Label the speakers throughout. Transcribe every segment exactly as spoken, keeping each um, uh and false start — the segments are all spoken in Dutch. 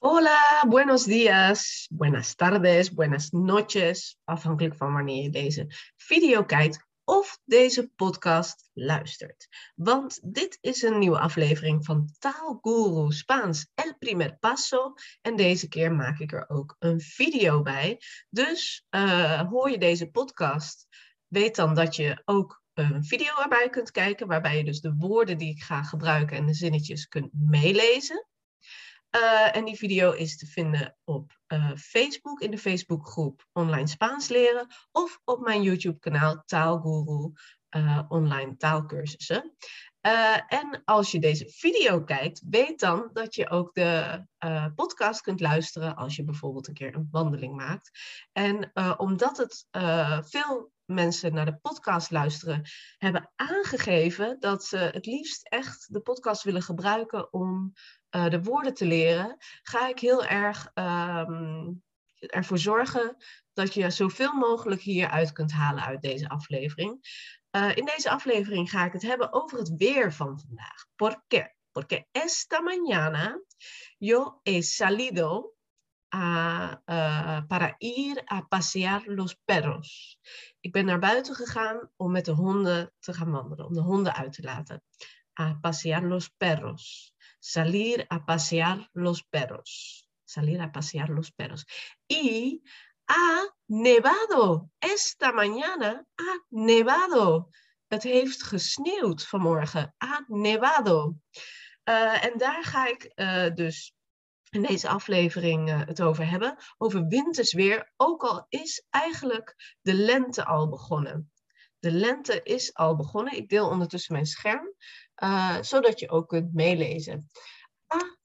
Speaker 1: Hola, buenos días, buenas tardes, buenas noches, afhankelijk van wanneer je deze video kijkt of deze podcast luistert. Want dit is een nieuwe aflevering van Taalguru Spaans El Primer Paso en deze keer maak ik er ook een video bij. Dus uh, hoor je deze podcast, weet dan dat je ook een video erbij kunt kijken, waarbij je dus de woorden die ik ga gebruiken en de zinnetjes kunt meelezen. Uh, en die video is te vinden op uh, Facebook, in de Facebookgroep Online Spaans Leren, of op mijn YouTube-kanaal Taalguru uh, Online Taalkursussen. Uh, en als je deze video kijkt, weet dan dat je ook de uh, podcast kunt luisteren als je bijvoorbeeld een keer een wandeling maakt. En uh, omdat het uh, veel mensen naar de podcast luisteren, hebben aangegeven dat ze het liefst echt de podcast willen gebruiken om uh, de woorden te leren, ga ik heel erg um, ervoor zorgen dat je zoveel mogelijk hieruit kunt halen uit deze aflevering. Uh, in deze aflevering ga ik het hebben over het weer van vandaag. ¿Por qué? Porque esta mañana yo he salido a, uh, para ir a pasear los perros. Ik ben naar buiten gegaan om met de honden te gaan wandelen, om de honden uit te laten. A pasear los perros. Salir a pasear los perros. Salir a pasear los perros. Y ha nevado. Esta mañana ha nevado. Het heeft gesneeuwd vanmorgen. Ha nevado. Uh, en daar ga ik uh, dus in deze aflevering uh, het over hebben. Over winters weer. Ook al is eigenlijk de lente al begonnen. De lente is al begonnen. Ik deel ondertussen mijn scherm. Uh, zodat je ook kunt meelezen. Ha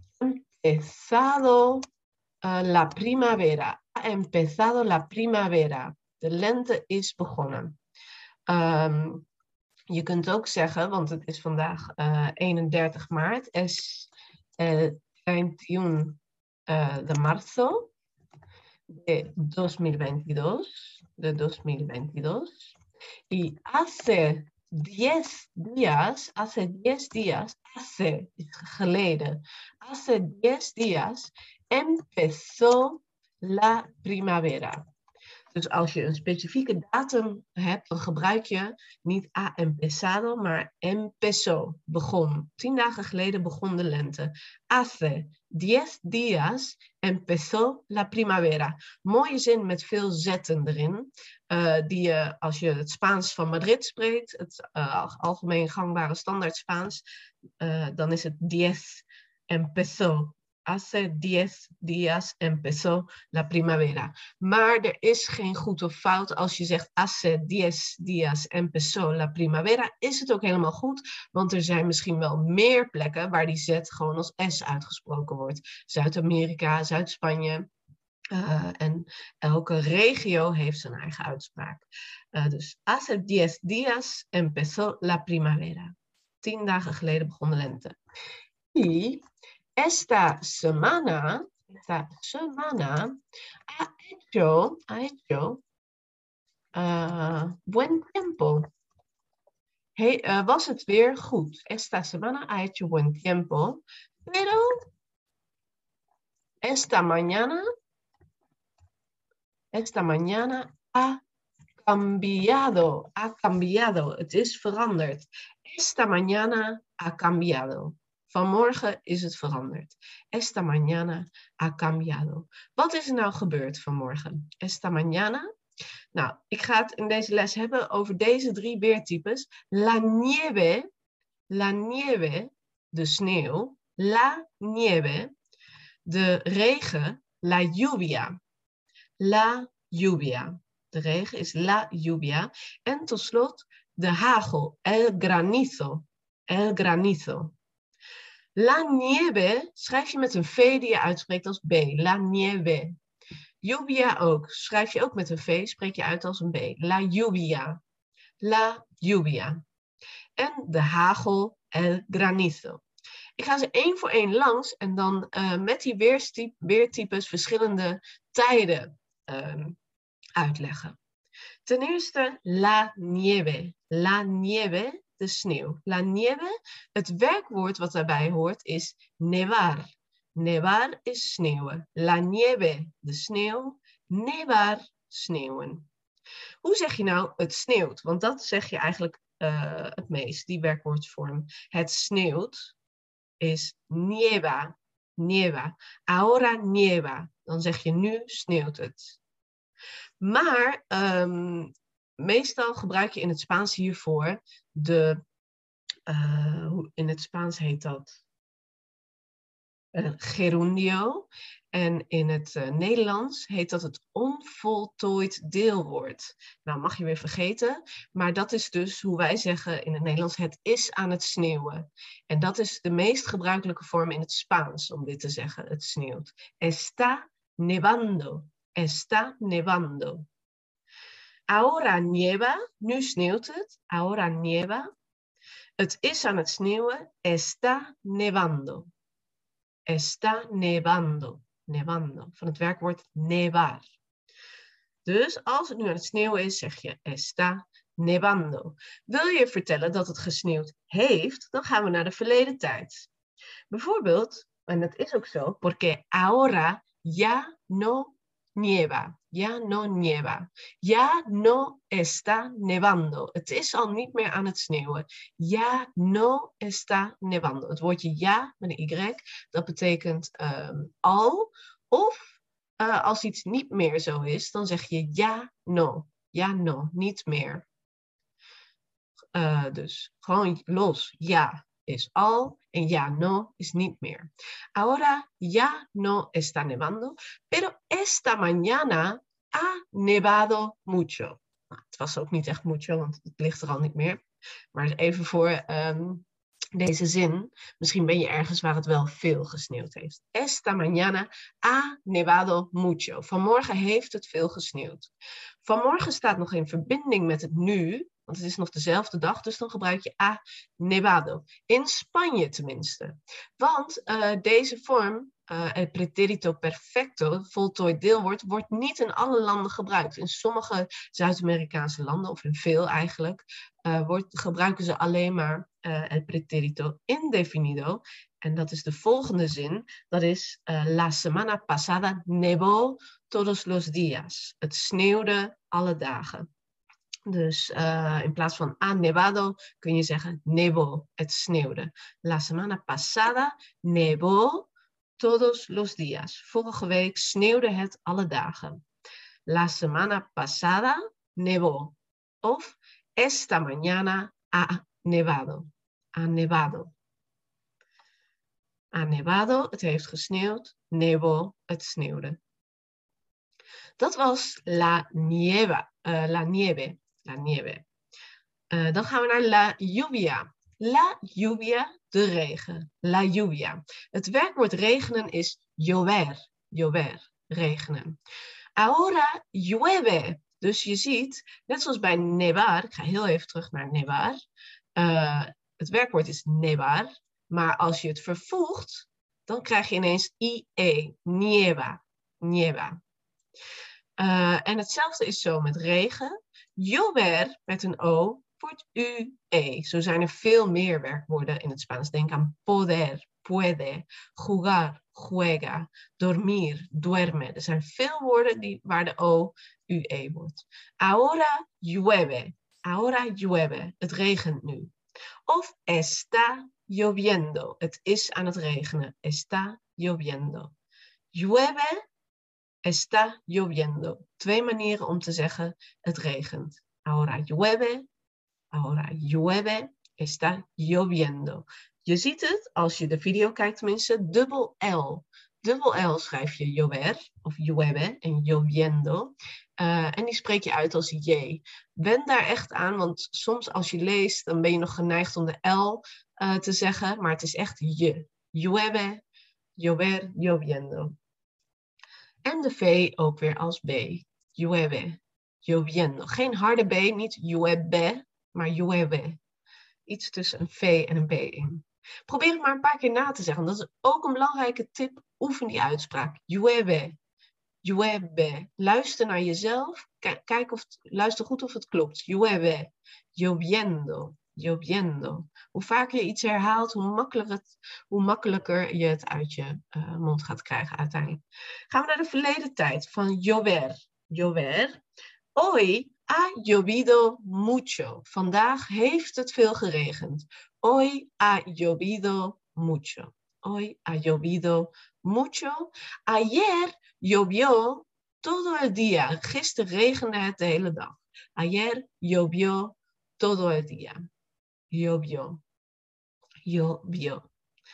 Speaker 1: empezado uh, la primavera. Ha empezado la primavera. De lente is begonnen. Um, je kunt ook zeggen, want het is vandaag uh, eenendertig maart. Es el veintiuno uh, de marzo de dos mil veintidós. De dos mil veintidós. Y hace diez días, hace diez días, hace is geleden, hace diez días empezó la primavera. Dus als je een specifieke datum hebt, dan gebruik je niet ha empezado, maar empezó, begon. Tien dagen geleden begon de lente. Hace diez días empezó la primavera. Mooie zin met veel zetten erin. Uh, die je, als je het Spaans van Madrid spreekt, het uh, algemeen gangbare standaard Spaans, uh, dan is het diez empezó. Hace diez días empezó la primavera. Maar er is geen goed of fout. Als je zegt hace diez días empezó la primavera, is het ook helemaal goed. Want er zijn misschien wel meer plekken waar die Z gewoon als S uitgesproken wordt. Zuid-Amerika, Zuid-Spanje. Uh, en elke regio heeft zijn eigen uitspraak. Uh, dus hace diez días empezó la primavera. Tien dagen geleden begon de lente. Y esta semana, esta semana ha hecho, ha hecho uh, buen tiempo. Hey, uh, was het weer goed? Esta semana ha hecho buen tiempo. Pero esta mañana, esta mañana ha cambiado. Ha cambiado. Het is veranderd. Esta mañana ha cambiado. Vanmorgen is het veranderd. Esta mañana ha cambiado. Wat is er nou gebeurd vanmorgen? Esta mañana? Nou, ik ga het in deze les hebben over deze drie weertypes. La nieve, la nieve, de sneeuw. La nieve, de regen. La lluvia, la lluvia. De regen is la lluvia. En tot slot de hagel, el granizo, el granizo. La nieve schrijf je met een V die je uitspreekt als B. La nieve. Lluvia ook. Schrijf je ook met een V, spreek je uit als een B. La lluvia. La lluvia. En de hagel, el granizo. Ik ga ze één voor één langs en dan uh, met die weerstyp, weertypes verschillende tijden uh, uitleggen. Ten eerste la nieve. La nieve. De sneeuw. La nieve, het werkwoord wat daarbij hoort is nevar. Nevar is sneeuwen. La nieve, de sneeuw. Nevar, sneeuwen. Hoe zeg je nou het sneeuwt? Want dat zeg je eigenlijk uh, het meest, die werkwoordsvorm. Het sneeuwt is nieva. Nieva. Ahora nieva. Dan zeg je nu sneeuwt het. Maar um, meestal gebruik je in het Spaans hiervoor de... Uh, in het Spaans heet dat uh, gerundio. En in het uh, Nederlands heet dat het onvoltooid deelwoord. Nou, mag je weer vergeten. Maar dat is dus hoe wij zeggen in het Nederlands: het is aan het sneeuwen. En dat is de meest gebruikelijke vorm in het Spaans om dit te zeggen: het sneeuwt. Está nevando. Está nevando. Ahora nieva. Nu sneeuwt het. Ahora nieva. Het is aan het sneeuwen. Está nevando. Está nevando. Nevando. Van het werkwoord nevar. Dus als het nu aan het sneeuwen is, zeg je está nevando. Wil je vertellen dat het gesneeuwd heeft, dan gaan we naar de verleden tijd. Bijvoorbeeld, en dat is ook zo, porque ahora ya no nieva. Ya no nieva. Ya no está nevando. Het is al niet meer aan het sneeuwen. Ya no está nevando. Het woordje ja met een y, dat betekent um, al. Of uh, als iets niet meer zo is, dan zeg je ja no. Ja no, niet meer. Uh, dus gewoon los. Ja is al en ja no is niet meer. Ahora ya no está nevando, pero esta mañana ha nevado mucho. Nou, het was ook niet echt mucho, want het ligt er al niet meer. Maar even voor um, deze zin. Misschien ben je ergens waar het wel veel gesneeuwd heeft. Esta mañana ha nevado mucho. Vanmorgen heeft het veel gesneeuwd. Vanmorgen staat nog in verbinding met het nu. Want het is nog dezelfde dag, dus dan gebruik je ha nevado. In Spanje tenminste. Want uh, deze vorm, uh, el pretérito perfecto, voltooid deelwoord, wordt niet in alle landen gebruikt. In sommige Zuid-Amerikaanse landen, of in veel eigenlijk, uh, wordt, gebruiken ze alleen maar uh, el pretérito indefinido. En dat is de volgende zin. Dat is uh, la semana pasada nevó todos los días. Het sneeuwde alle dagen. Dus uh, in plaats van ha nevado kun je zeggen nevó, het sneeuwde. La semana pasada nevó todos los días. Vorige week sneeuwde het alle dagen. La semana pasada nevó. Of esta mañana ha nevado. Ha nevado. Ha nevado, het heeft gesneeuwd. Nevó, het sneeuwde. Dat was la nieva. Uh, la nieve. La nieve. Uh, dan gaan we naar la lluvia. La lluvia, de regen. La lluvia. Het werkwoord regenen is llover. Llover, regenen. Ahora llueve. Dus je ziet, net zoals bij nevar, ik ga heel even terug naar nevar. Uh, het werkwoord is nevar. Maar als je het vervoegt, dan krijg je ineens ie, nieva. Nieva. Uh, en hetzelfde is zo met regen. Llover met een o wordt ue. Zo zijn er veel meer werkwoorden in het Spaans. Denk aan poder, puede, jugar, juega, dormir, duerme. Er zijn veel woorden die, waar de o ue wordt. Ahora llueve. Ahora llueve. Het regent nu. Of está lloviendo. Het is aan het regenen. Está lloviendo. Llueve. Está lloviendo. Twee manieren om te zeggen het regent. Ahora llueve. Ahora llueve. Está lloviendo. Je ziet het, als je de video kijkt tenminste, dubbel L. Dubbel L schrijf je llover of llueve en lloviendo. Uh, en die spreek je uit als J. Wend daar echt aan, want soms als je leest, dan ben je nog geneigd om de L uh, te zeggen. Maar het is echt je. Llueve, llover, lloviendo. En de V ook weer als B. Llueve, lloviendo. Geen harde B, niet llueve, maar llueve. Iets tussen een V en een B in. Probeer het maar een paar keer na te zeggen. Dat is ook een belangrijke tip. Oefen die uitspraak. Llueve, llueve. Luister naar jezelf. Kijk of het, luister goed of het klopt. Llueve, lloviendo, lloviendo. Hoe vaker je iets herhaalt, hoe makkelijker, het, hoe makkelijker je het uit je uh, mond gaat krijgen uiteindelijk. Gaan we naar de verleden tijd van llover. Llover. Hoy ha llovido mucho. Vandaag heeft het veel geregend. Hoy ha llovido mucho. Hoy ha llovido mucho. Ayer llovió todo el día. Gisteren regende het de hele dag. Ayer llovió todo el día. Llovió. Llovió.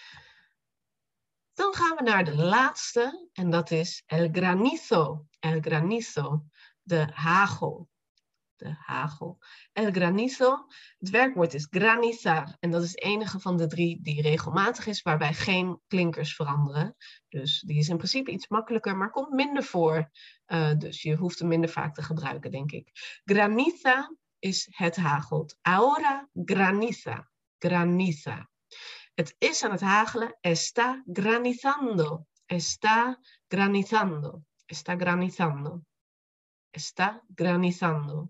Speaker 1: Dan gaan we naar de laatste. En dat is el granizo. El granizo. De hagel. De hagel. El granizo. Het werkwoord is granizar. En dat is de enige van de drie die regelmatig is, waarbij geen klinkers veranderen. Dus die is in principe iets makkelijker, maar komt minder voor. Uh, dus je hoeft hem minder vaak te gebruiken, denk ik. Graniza is het hagelt. Ahora graniza. Graniza. Het is aan het hagelen. Está granizando. Está granizando. Está granizando. Está granizando.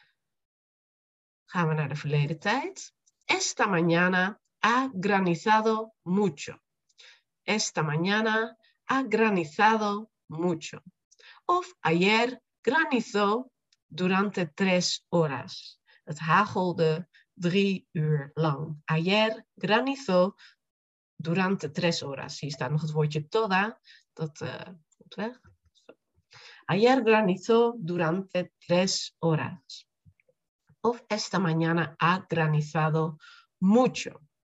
Speaker 1: Gaan we naar de verleden tijd. Esta mañana ha granizado mucho. Esta mañana ha granizado mucho. Of ayer granizó durante tres horas. Het hagelde drie uur lang. Ayer granizó durante tres horas. Hier staat nog het woordje toda. Dat uh, komt weg. Ayer granizó durante tres horas. Of esta mañana ha granizado mucho.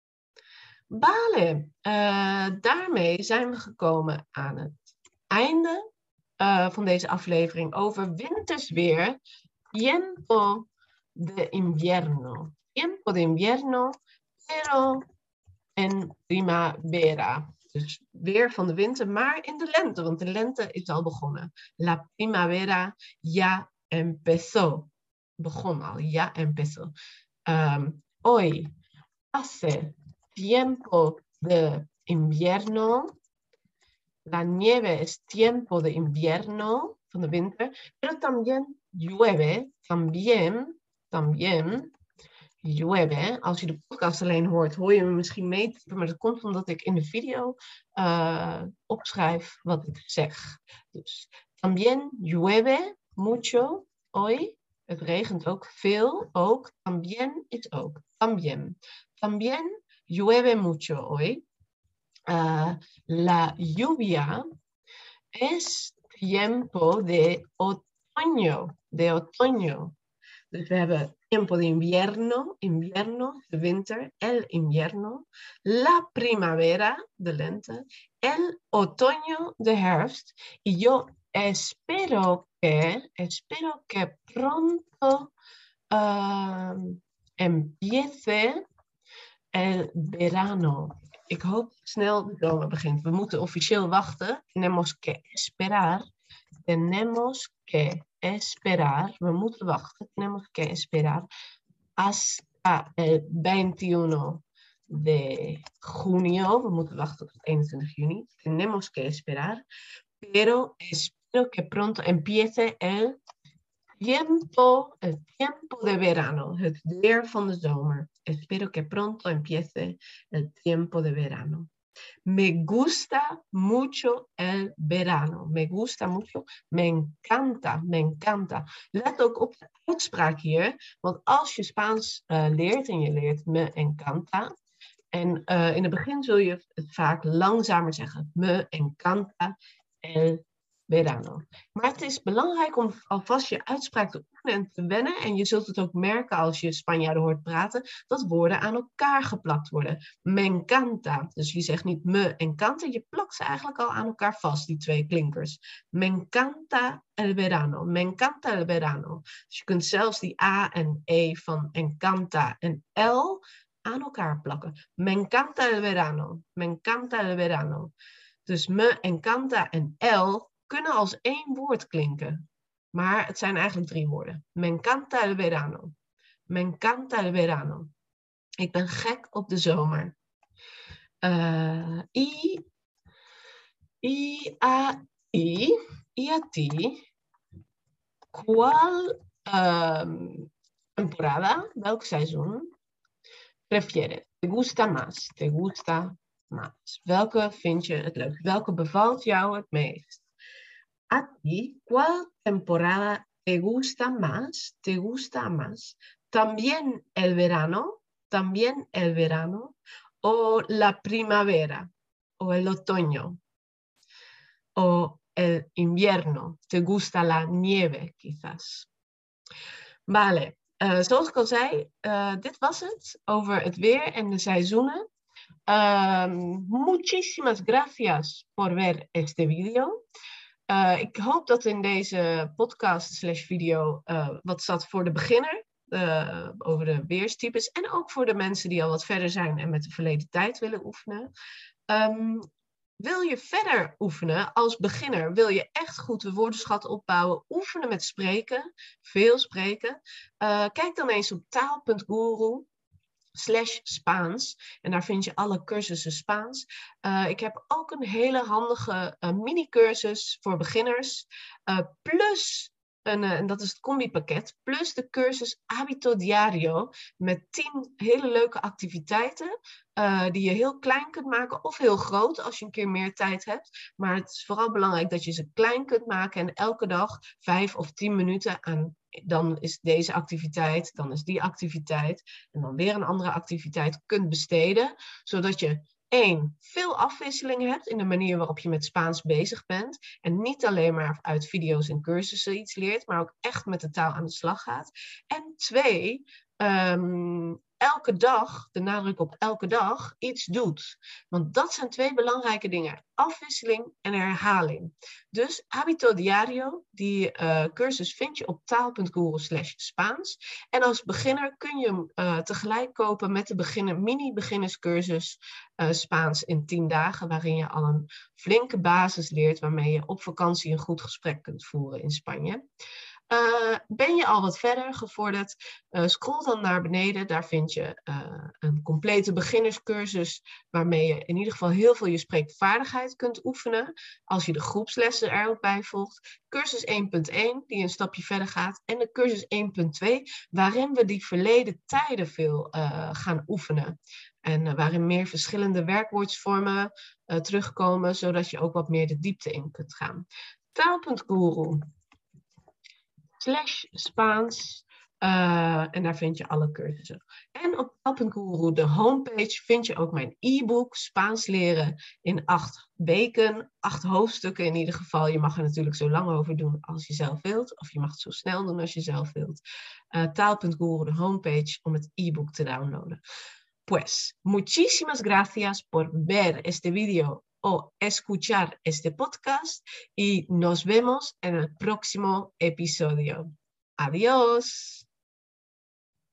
Speaker 1: Vale, uh, daarmee zijn we gekomen aan het einde uh, van deze aflevering over wintersweer. Tiempo de invierno. Tiempo de invierno, pero en primavera. Dus weer van de winter, maar in de lente, want de lente is al begonnen. La primavera ya empezó. Begon al, ya empezó. Um, hoy hace tiempo de invierno. La nieve es tiempo de invierno, van de winter. Pero también llueve, también, también llueve. Als je de podcast alleen hoort, hoor je me misschien meetypen, maar dat komt omdat ik in de video uh, opschrijf wat ik zeg. Dus también llueve mucho hoy. Het regent ook veel, ook. También is ook. También. También llueve mucho hoy. Uh, la lluvia es tiempo de otoño. De otoño. Dus we hebben tiempo de invierno, invierno, de winter, el invierno, la primavera, de lente, el otoño, de herfst. Y yo espero que, espero que pronto uh, empiece el verano. Ik hoop dat snel de zomer begint. We moeten officieel wachten. Tenemos que esperar. Tenemos que esperar. We moeten wachten. Tenemos que esperar. Hasta el veintiuno de junio. We moeten wachten tot eenentwintig juni. Tenemos que esperar. Pero espero que pronto empiece el tiempo, el tiempo de verano. Het weer van de zomer. Espero que pronto empiece el tiempo de verano. Me gusta mucho el verano. Me gusta mucho. Me encanta. Me encanta. Let ook op de uitspraak hier. Want als je Spaans uh, leert en je leert me encanta. En uh, in het begin zul je het vaak langzamer zeggen. Me encanta el verano. Maar het is belangrijk om alvast je uitspraak te oefenen en te wennen. En je zult het ook merken als je Spanjaarden hoort praten, dat woorden aan elkaar geplakt worden. Me encanta. Dus je zegt niet me encanta, je plakt ze eigenlijk al aan elkaar vast, die twee klinkers. Me encanta el verano. Me encanta el verano. Dus je kunt zelfs die A en E van encanta en L aan elkaar plakken. Me encanta el verano. Me encanta el verano. Dus me encanta en L kunnen als één woord klinken. Maar het zijn eigenlijk drie woorden. Me encanta el verano. Me encanta el verano. Ik ben gek op de zomer. Uh, y, y a ti, y a ti, ¿cuál um, temporada, welk seizoen, prefieres? ¿Te gusta más? ¿Te gusta más? Welke vind je het leuk? Welke bevalt jou het meest? ¿A ti cuál temporada te gusta más? ¿Te gusta más? ¿También el verano? ¿También el verano? ¿O la primavera? ¿O el otoño? ¿O el invierno? ¿Te gusta la nieve quizás? Vale, uh, zoals ik al zei, uh, dit was het over het weer en de seizoenen. Uh, muchísimas gracias por ver este video. Uh, ik hoop dat in deze podcast slash video uh, wat zat voor de beginner. Uh, over de weerstypes. En ook voor de mensen die al wat verder zijn en met de verleden tijd willen oefenen. Um, wil je verder oefenen als beginner? Wil je echt goed de woordenschat opbouwen? Oefenen met spreken. Veel spreken. Uh, kijk dan eens op taal punt guru slash Spaans. En daar vind je alle cursussen Spaans. Uh, ik heb ook een hele handige uh, mini-cursus voor beginners. Uh, plus, een, uh, en dat is het combi-pakket, plus de cursus Habito Diario. Met tien hele leuke activiteiten. Uh, die je heel klein kunt maken of heel groot als je een keer meer tijd hebt. Maar het is vooral belangrijk dat je ze klein kunt maken. En elke dag vijf of tien minuten aan. Dan is deze activiteit, dan is die activiteit en dan weer een andere activiteit kunt besteden. Zodat je één, veel afwisseling hebt in de manier waarop je met Spaans bezig bent. En niet alleen maar uit video's en cursussen iets leert, maar ook echt met de taal aan de slag gaat. En twee, um, elke dag, de nadruk op elke dag, iets doet. Want dat zijn twee belangrijke dingen. Afwisseling en herhaling. Dus Habito Diario, die uh, cursus vind je op taal punt guru slash Spaans. En als beginner kun je hem uh, tegelijk kopen met de beginner, mini-beginnerscursus uh, Spaans in tien dagen. Waarin je al een flinke basis leert waarmee je op vakantie een goed gesprek kunt voeren in Spanje. Uh, ben je al wat verder gevorderd, uh, scroll dan naar beneden. Daar vind je uh, een complete beginnerscursus waarmee je in ieder geval heel veel je spreekvaardigheid kunt oefenen. Als je de groepslessen er ook bij volgt. Cursus één punt één die een stapje verder gaat. En de cursus één punt twee waarin we die verleden tijden veel uh, gaan oefenen. En uh, waarin meer verschillende werkwoordsvormen uh, terugkomen. Zodat je ook wat meer de diepte in kunt gaan. taal punt guru slash Spaans. Uh, en daar vind je alle cursussen. En op taal punt guru, de homepage, vind je ook mijn e-book Spaans leren in acht weken. Acht hoofdstukken in ieder geval. Je mag er natuurlijk zo lang over doen als je zelf wilt. Of je mag het zo snel doen als je zelf wilt. Uh, taal punt guru, de homepage, om het e-book te downloaden. Pues, muchísimas gracias por ver este video o escuchar este podcast y nos vemos en el próximo episodio. Adiós.